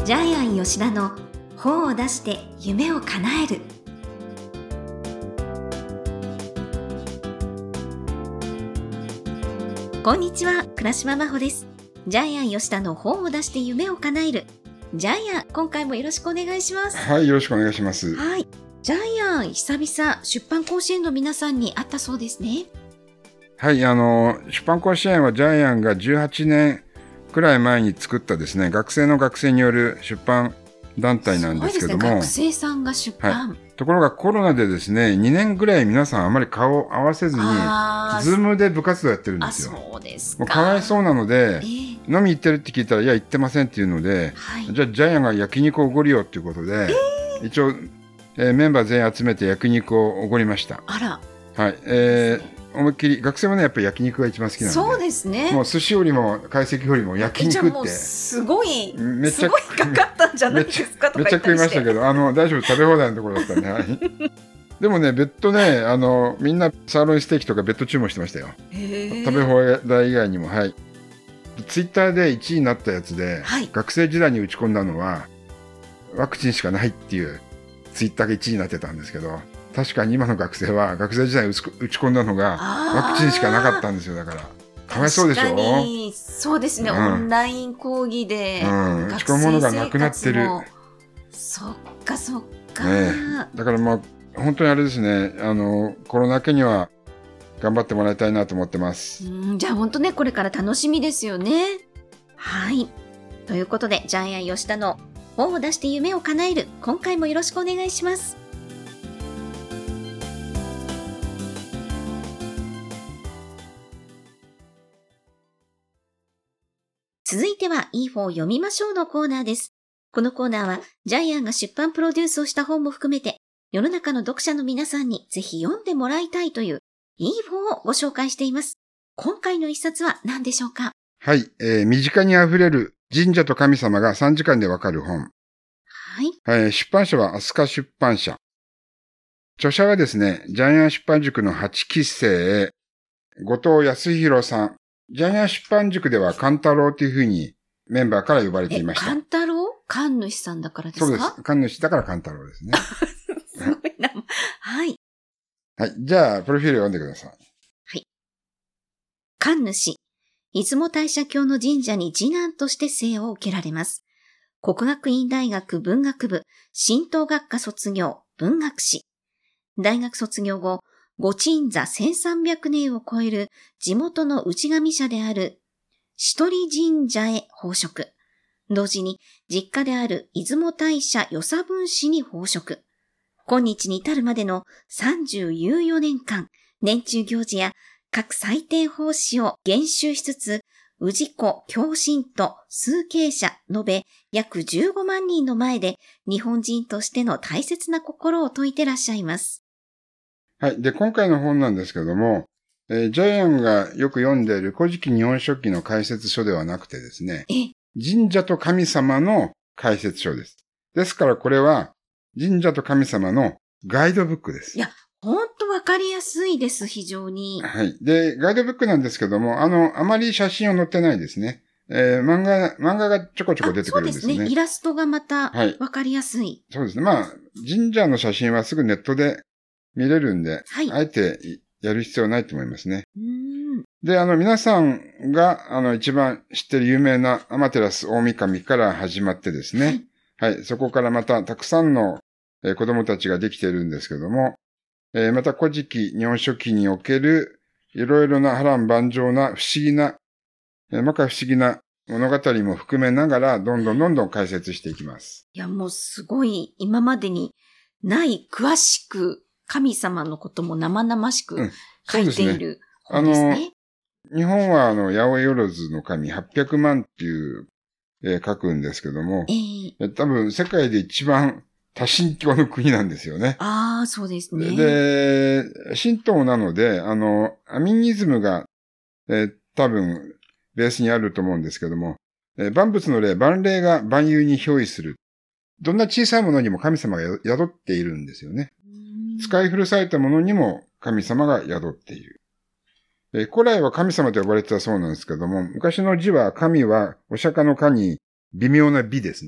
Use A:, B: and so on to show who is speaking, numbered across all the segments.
A: ジャイアン吉田の本を出して夢を叶える。こんにちは、倉島真帆です。ジャイアン吉田の本を出して夢を叶える。ジャイアン、今回もよろしくお願いします。
B: はい、よろしくお願いします。
A: はい。ジャイアン、久々出版甲子園の皆さんに会ったそうですね。
B: はい、出版甲子園はジャイアンが18年くらい前に作ったですね、学生の学生による出版団体なんですけども。
A: すごいですね、学生さんが出版。
B: はい、ところがコロナでですね、2年ぐらい皆さんあまり顔を合わせずに、ズームで部活動やってるんですよ。
A: そうですか。
B: もうかわいそうなので、飲み行ってるって聞いたら、いや行ってませんっていうので、じゃあジャイアンが焼肉をおごるよっていうことで、一応、メンバー全員集めて焼肉をおごりました。
A: あら。
B: はい。思いっきり、学生もね、やっぱり焼肉が一番好きなので。
A: そうですね。
B: もう寿司よりも、懐石よりも焼肉って。じゃあもう
A: すごいかかったんじゃないですかとか言ったりして。
B: めっちゃ食いましたけど、大丈夫、食べ放題のところだったんで、はい。でもね、別途ね、みんなサーロインステーキとか別途注文してましたよ。食べ放題以外にも、はい。ツイッターで1位になったやつで、学生時代に打ち込んだのは、ワクチンしかないっていうツイッターが1位になってたんですけど、確かに今の学生は学生時代に打ち込んだのがワクチンしかなかったんですよ。だからかわいそうでしょ。
A: 確かにそうですね、オンライン講義で
B: 打ち込むものがなくなってる。
A: そっかそっか、
B: だからまあ本当にあれですね、コロナ明けには頑張ってもらいたいなと思ってます。
A: じゃあ本当ね、これから楽しみですよね。はい、ということでジャイアン吉田の本を出して夢を叶える、今回もよろしくお願いします。続いては、いい本を読みましょうのコーナーです。このコーナーは、ジャイアンが出版プロデュースをした本も含めて、世の中の読者の皆さんにぜひ読んでもらいたいという、いい本をご紹介しています。今回の一冊は何でしょうか？
B: はい、身近にあふれる神社と神様が3時間でわかる本。はい。出版社は飛鳥出版社。著者はですね、ジャイアン出版塾の8期生、後藤康弘さん。ジャイアン出版塾では勘太郎というふうにメンバーから呼ばれていました。
A: 勘太郎？神主さんだからですか？
B: そうです。神主だから勘太郎ですね。
A: すごいな。はい。
B: はい。じゃあ、プロフィールを読んでください。
A: はい。神主。出雲大社教の神社に次男として生を受けられます。國學院大學文学部、神道学科卒業、文学士。大学卒業後、御鎮座1300年を超える地元の内神社である倭神社へ奉職。同時に実家である出雲大社与謝分司に奉職。今日に至るまでの34年間、年中行事や各祭典奉仕を厳修しつつ、氏子、教信徒、崇敬者延べ約15万人の前で日本人としての大切な心を説いてらっしゃいます。
B: はい。で、今回の本なんですけども、ジャイアンがよく読んでいる古事記日本書紀の解説書ではなくてですね、神社と神様の解説書です。ですからこれは神社と神様のガイドブックです。
A: いや、ほんとわかりやすいです、非常に。
B: はい。で、ガイドブックなんですけども、あまり写真を載ってないですね。漫画がちょこちょこ出てくるんですね。
A: そうですね。イラストがまたわかりやすい。
B: そうですね。まあ、神社の写真はすぐネットで見れるんで、あえてやる必要はないと思いますね。で、皆さんが、一番知ってる有名な天照大神から始まってですね。はい。そこからまたたくさんの、子供たちができているんですけども、また古事記日本書紀におけるいろいろな波乱万丈な不思議な、摩訶不思議な物語も含めながら、どんどん解説していきます。
A: いや、もうすごい今までにない詳しく、神様のことも生々しく書いている本ですね。
B: 日本は八百万の神800万っていう、書くんですけども、多分世界で一番多神教の国なんですよね。
A: ああ、そうですね。
B: で、神道なので、アミニズムが、多分ベースにあると思うんですけども、万物の霊、万霊が万有に憑依する。どんな小さいものにも神様が宿っているんですよね。使い古されたものにも神様が宿っている。古来は神様と呼ばれてたそうなんですけども、昔の字は神はお釈迦の迦に微妙な美ですね。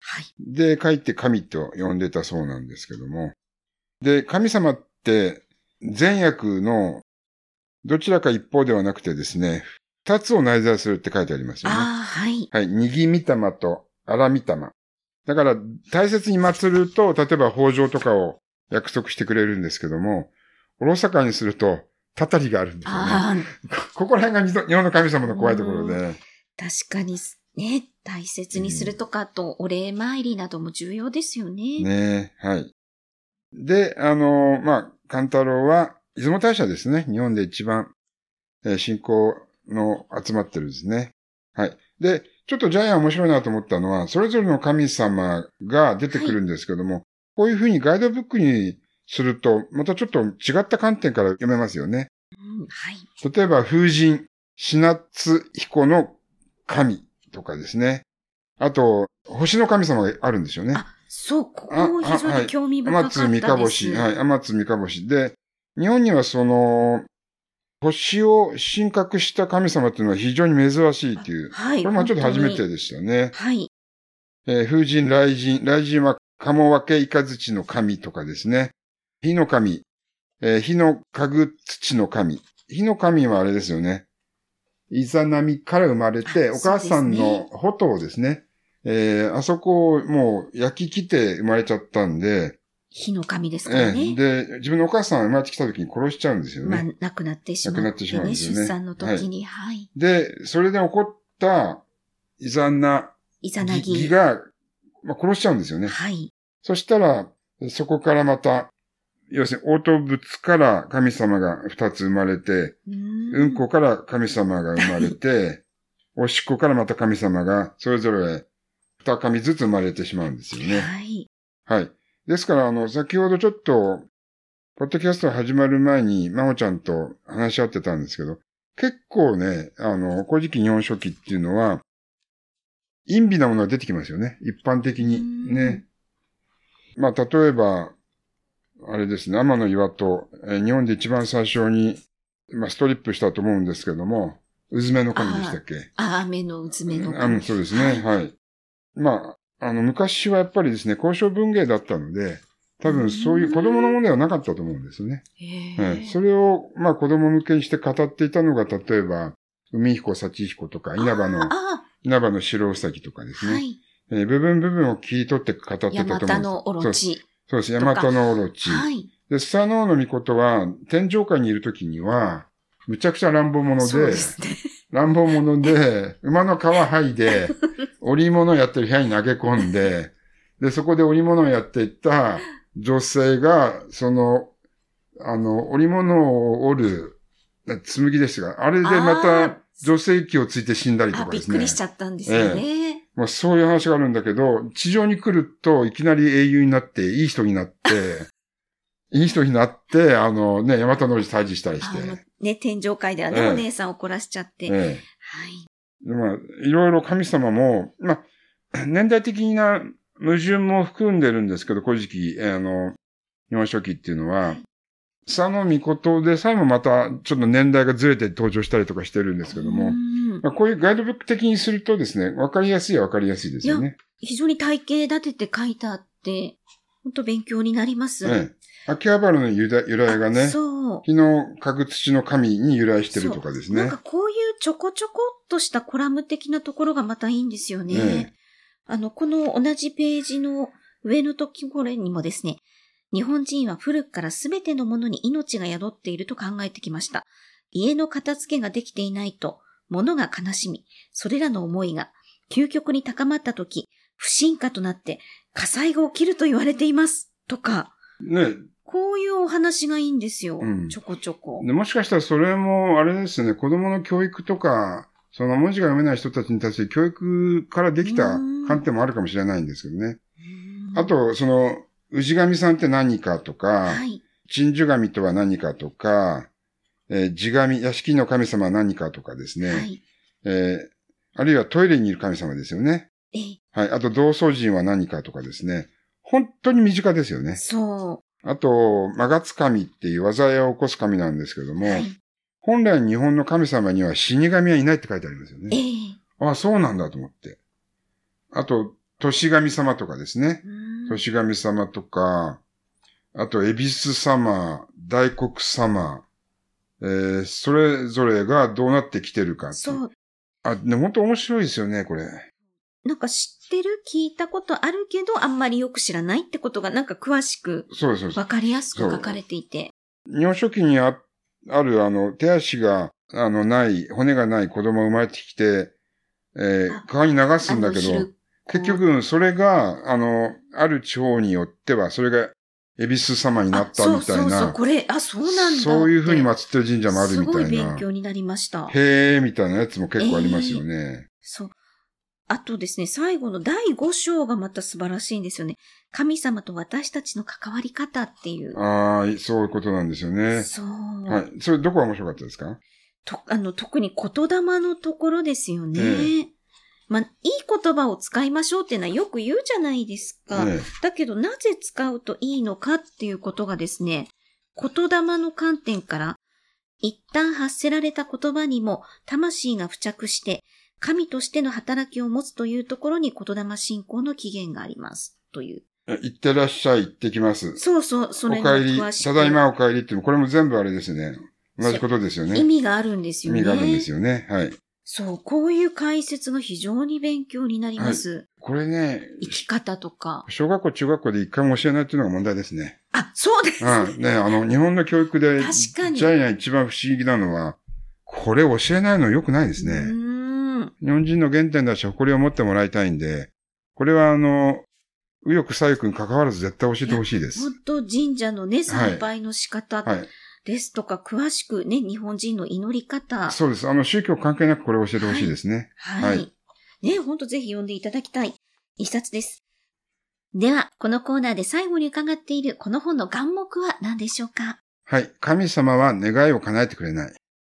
A: はい。
B: で、書いて神と呼んでたそうなんですけども。で、神様って善悪のどちらか一方ではなくてですね、二つを内在するって書いてありますよね。
A: はい。
B: はい。にぎみたまとあらみたま。だから、大切に祀ると、例えば豊穣とかを約束してくれるんですけども、おろそかにすると、たたりがあるんですよね。ここら辺が日本の神様の怖いところで。
A: 確かにね、大切にするとかと、お礼参りなども重要ですよね。
B: ねはい。で、勘太郎は、出雲大社ですね。日本で一番、信仰の集まってるですね。はい。で、ちょっとジャイアン面白いなと思ったのは、それぞれの神様が出てくるんですけども、こういうふうにガイドブックにすると、またちょっと違った観点から読めますよね。
A: はい。
B: 例えば、風神、品津彦の神とかですね。あと、星の神様があるんですよね。
A: そう、ここも非常に興味深かったです。
B: 天津三日星。はい、天津三日星。で、日本には星を神格した神様っていうのは非常に珍しいっていう。はい。これもちょっと初めてでしたね。
A: はい。
B: 風神、雷神は鴨分けイカズチの神とかですね。火の神、火のかぐ土の神。火の神はあれですよね。イザナミから生まれて、お母さんのホトをですね。あそこをもう焼き切って生まれちゃったんで。
A: 火の神ですからね。
B: で、自分のお母さんが生まれてきた時に殺しちゃうんですよね。
A: 亡くなってしまうんですよね。出産の時に。はい。
B: で、それで起こったイザナギが、殺しちゃうんですよね。
A: はい。
B: そしたら、そこからまた、要するに、応答物から神様が2つ生まれて、うんこから神様が生まれて、おしっこからまた神様が、それぞれ2神ずつ生まれてしまうんですよね。
A: はい。
B: はい。ですから、先ほどちょっと、ポッドキャスト始まる前に、まほちゃんと話し合ってたんですけど、結構ね、古事記日本書紀っていうのは、陰微なものが出てきますよね。一般的に。ね。例えば、あれですね、天の岩戸、日本で一番最初に、ストリップしたと思うんですけども、うずめの神でしたっけ？
A: 雨のうずめの神。
B: そうですね、はい。昔はやっぱりですね、交渉文芸だったので、多分そういう子供のものではなかったと思うんですよね。それを、子供向けにして語っていたのが、例えば、海彦、幸彦とか、稲葉の白うさぎとかですね。はい。部分を切り取って語ってたと思うんです。
A: ヤマタノオロチ。
B: そうです。ヤマタノオロチ。はい。で、スサノオノミコトは、天上界にいるときには、むちゃくちゃ乱暴者で、そうですね。乱暴者で、馬の皮剥いで、織物をやってる部屋に投げ込んで、で、そこで織物をやっていた女性が、織物を織る、紬ですが、あれでまた女性器をついて死んだりとかですね。
A: びっくりしちゃったんですよね。
B: そういう話があるんだけど、地上に来るといきなり英雄になって、いい人になって、ヤマタノオロチ退治したりして。
A: 天上界ではね、お姉さんを怒らしちゃって。はい。
B: いろいろ神様も、年代的な矛盾も含んでるんですけど、古事記、日本書紀っていうのは、佐野命でさえもまたちょっと年代がずれて登場したりとかしてるんですけども、こういうガイドブック的にするとですね、わかりやすいですよね。
A: 非常に体系立てて書いてあって、本当勉強になります。
B: 秋葉原の由来がね、火のかぐ土の神に由来してるとかですね。
A: なんかこういうちょこちょこっとしたコラム的なところがまたいいんですよね。この同じページの上のところにもですね、日本人は古くからすべてのものに命が宿っていると考えてきました。家の片付けができていないと、物が悲しみ、それらの思いが究極に高まったとき、不信化となって火災が起きると言われています。とか。
B: ね。
A: こういうお話がいいんですよ。ちょこちょこ。
B: もしかしたらそれも、あれですね、子供の教育とか、その文字が読めない人たちに対する教育からできた観点もあるかもしれないんですけどね。あと、氏神さんって何かとか、鎮守神とは何かとか、地神、屋敷の神様は何かとかですね。あるいはトイレにいる神様ですよね。はい。あと、同窓人は何かとかですね。本当に身近ですよね。
A: そう。
B: あと、マガツ神っていう災いを起こす神なんですけども、本来日本の神様には死神はいないって書いてありますよね。そうなんだと思って。あと、 年神様とかですね。年神様とか、あと、恵比寿様、大黒様、それぞれがどうなってきてるか。
A: そう。
B: ね、本当面白いですよね、これ。
A: なんか知ってる、聞いたことあるけど、あんまりよく知らないってことが、なんか詳しく、わかりやすく書かれていて。
B: 日本書紀にある、手足が、ない、骨がない子供が生まれてきて、川に流すんだけど、結局、それが、ある地方によっては、それが、恵比寿様になったみたいな。
A: これ、そうなんだ。
B: そういう風に祀ってる神社もあるみたいな。
A: すごい勉強になりました。
B: へー、みたいなやつも結構ありますよね。
A: そう。あとですね、最後の第5章がまた素晴らしいんですよね。神様と私たちの関わり方っていう。
B: そういうことなんですよね。
A: そう。
B: はい。それどこが面白かったですか？
A: 特に言霊のところですよね。いい言葉を使いましょうっていうのはよく言うじゃないですか。だけどなぜ使うといいのかっていうことがですね、言霊の観点から一旦発せられた言葉にも魂が付着して神としての働きを持つというところに言霊信仰の起源がありますという。
B: 行ってらっしゃい、行ってきます。
A: そう、それが詳しく。
B: ただいまお帰りっていうの、これも全部あれですね。同じことですよね。
A: 意味があるんですよね。
B: 意味があるんですよね。はい。
A: そう、こういう解説が非常に勉強になります。はい、
B: これね。
A: 生き方とか。
B: 小学校、中学校で一回も教えないっていうのが問題ですね。
A: そうです
B: ね。日本の教育で、
A: 確かに。
B: ジャイアン一番不思議なのは、これ教えないの良くないですね。日本人の原点だし誇りを持ってもらいたいんで、これは右翼左翼に関わらず絶対教えてほしいです。
A: 本当神社のね、参拝の仕方。ですとか、詳しくね、日本人の祈り方。
B: そうです。宗教関係なくこれを教えてほしいですね。
A: はい。ね、ほんとぜひ読んでいただきたい一冊です。では、このコーナーで最後に伺っているこの本の眼目は何でしょうか？
B: はい。神様は願いを叶えてくれない。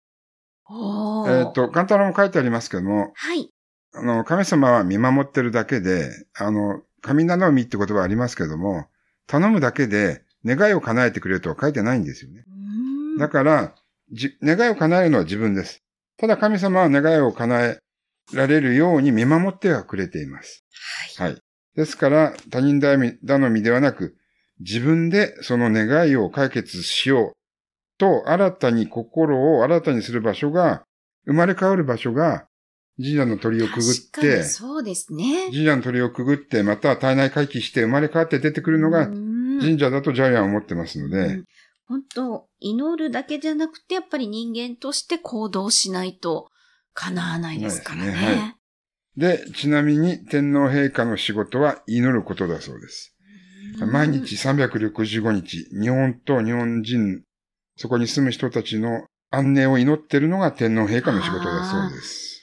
B: 簡単なも書いてありますけども。
A: はい。
B: 神様は見守ってるだけで、神頼みって言葉ありますけども、頼むだけで願いを叶えてくれるとは書いてないんですよね。だから、願いを叶えるのは自分です。ただ神様は願いを叶えられるように見守ってはくれています。はい。ですから、他人頼みではなく、自分でその願いを解決しようと、心を新たにする場所が、生まれ変わる場所が、神社の鳥をくぐって、
A: そうですね。
B: 神社の鳥をくぐって、また体内回帰して生まれ変わって出てくるのが、神社だとジャイアンは思ってますので、
A: 本当、祈るだけじゃなくて、やっぱり人間として行動しないと叶わないですからね。はい。
B: で、ちなみに天皇陛下の仕事は祈ることだそうです。毎日365日、日本と日本人、そこに住む人たちの安寧を祈っているのが天皇陛下の仕事だそうです。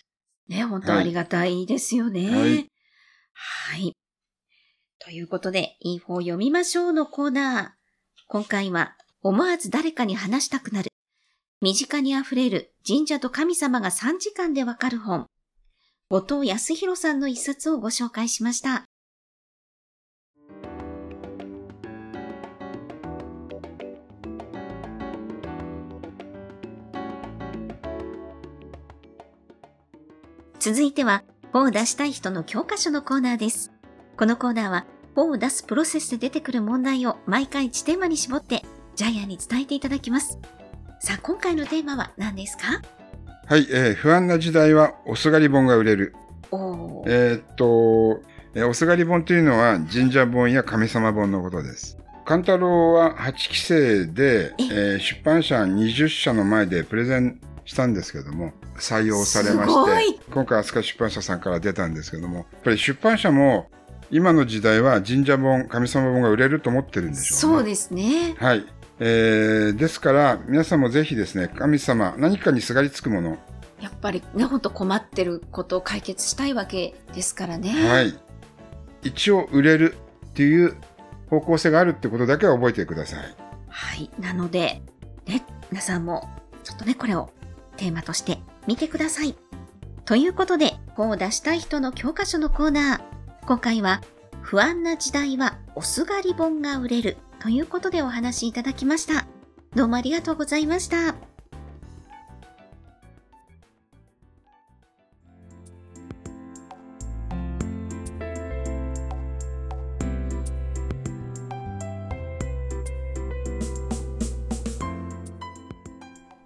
A: ね、本当ありがたいですよね。はい。はい。ということで、インフォを読みましょうのコーナー。今回は、思わず誰かに話したくなる。身近にあふれる神社と神様が3時間でわかる本。後藤康弘さんの一冊をご紹介しました。続いては、本を出したい人の教科書のコーナーです。このコーナーは、本を出すプロセスで出てくる問題を毎回1テーマに絞って、ジャイアンに伝えていただきます。さあ、今回のテーマは何ですか？
B: はい、不安な時代はおすがり本が売れる。おすがり本というのは神社本や神様本のことです。勘太郎は8期生で、出版社20社の前でプレゼンしたんですけども、採用されまして、今回飛鳥出版社さんから出たんですけども、やっぱり出版社も今の時代は神社本、神様本が売れると思ってるんでしょうね。
A: そうですね。
B: はい。ですから皆さんもぜひですね、神様、何かにすがりつくもの、
A: やっぱりね、ほんと困ってることを解決したいわけですからね。
B: はい。一応売れるっていう方向性があるってことだけは覚えてください。
A: はい。なので、ね、皆さんもちょっとね、これをテーマとして見てください。ということで、本を出したい人の教科書のコーナー。今回は、不安な時代はおすがり本が売れるということでお話しいただきました。どうもありがとうございました。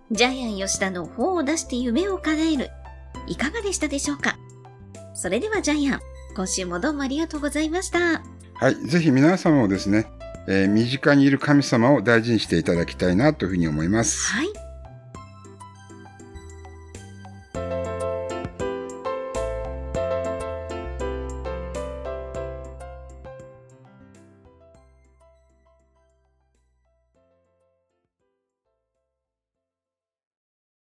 A: ジャイアン吉田の本を出して夢を叶える。いかがでしたでしょうか？それではジャイアン、今週もどうもありがとうございました。
B: はい。ぜひ皆様もですね、身近にいる神様を大事にしていただきたいなというふうに思います。
A: はい。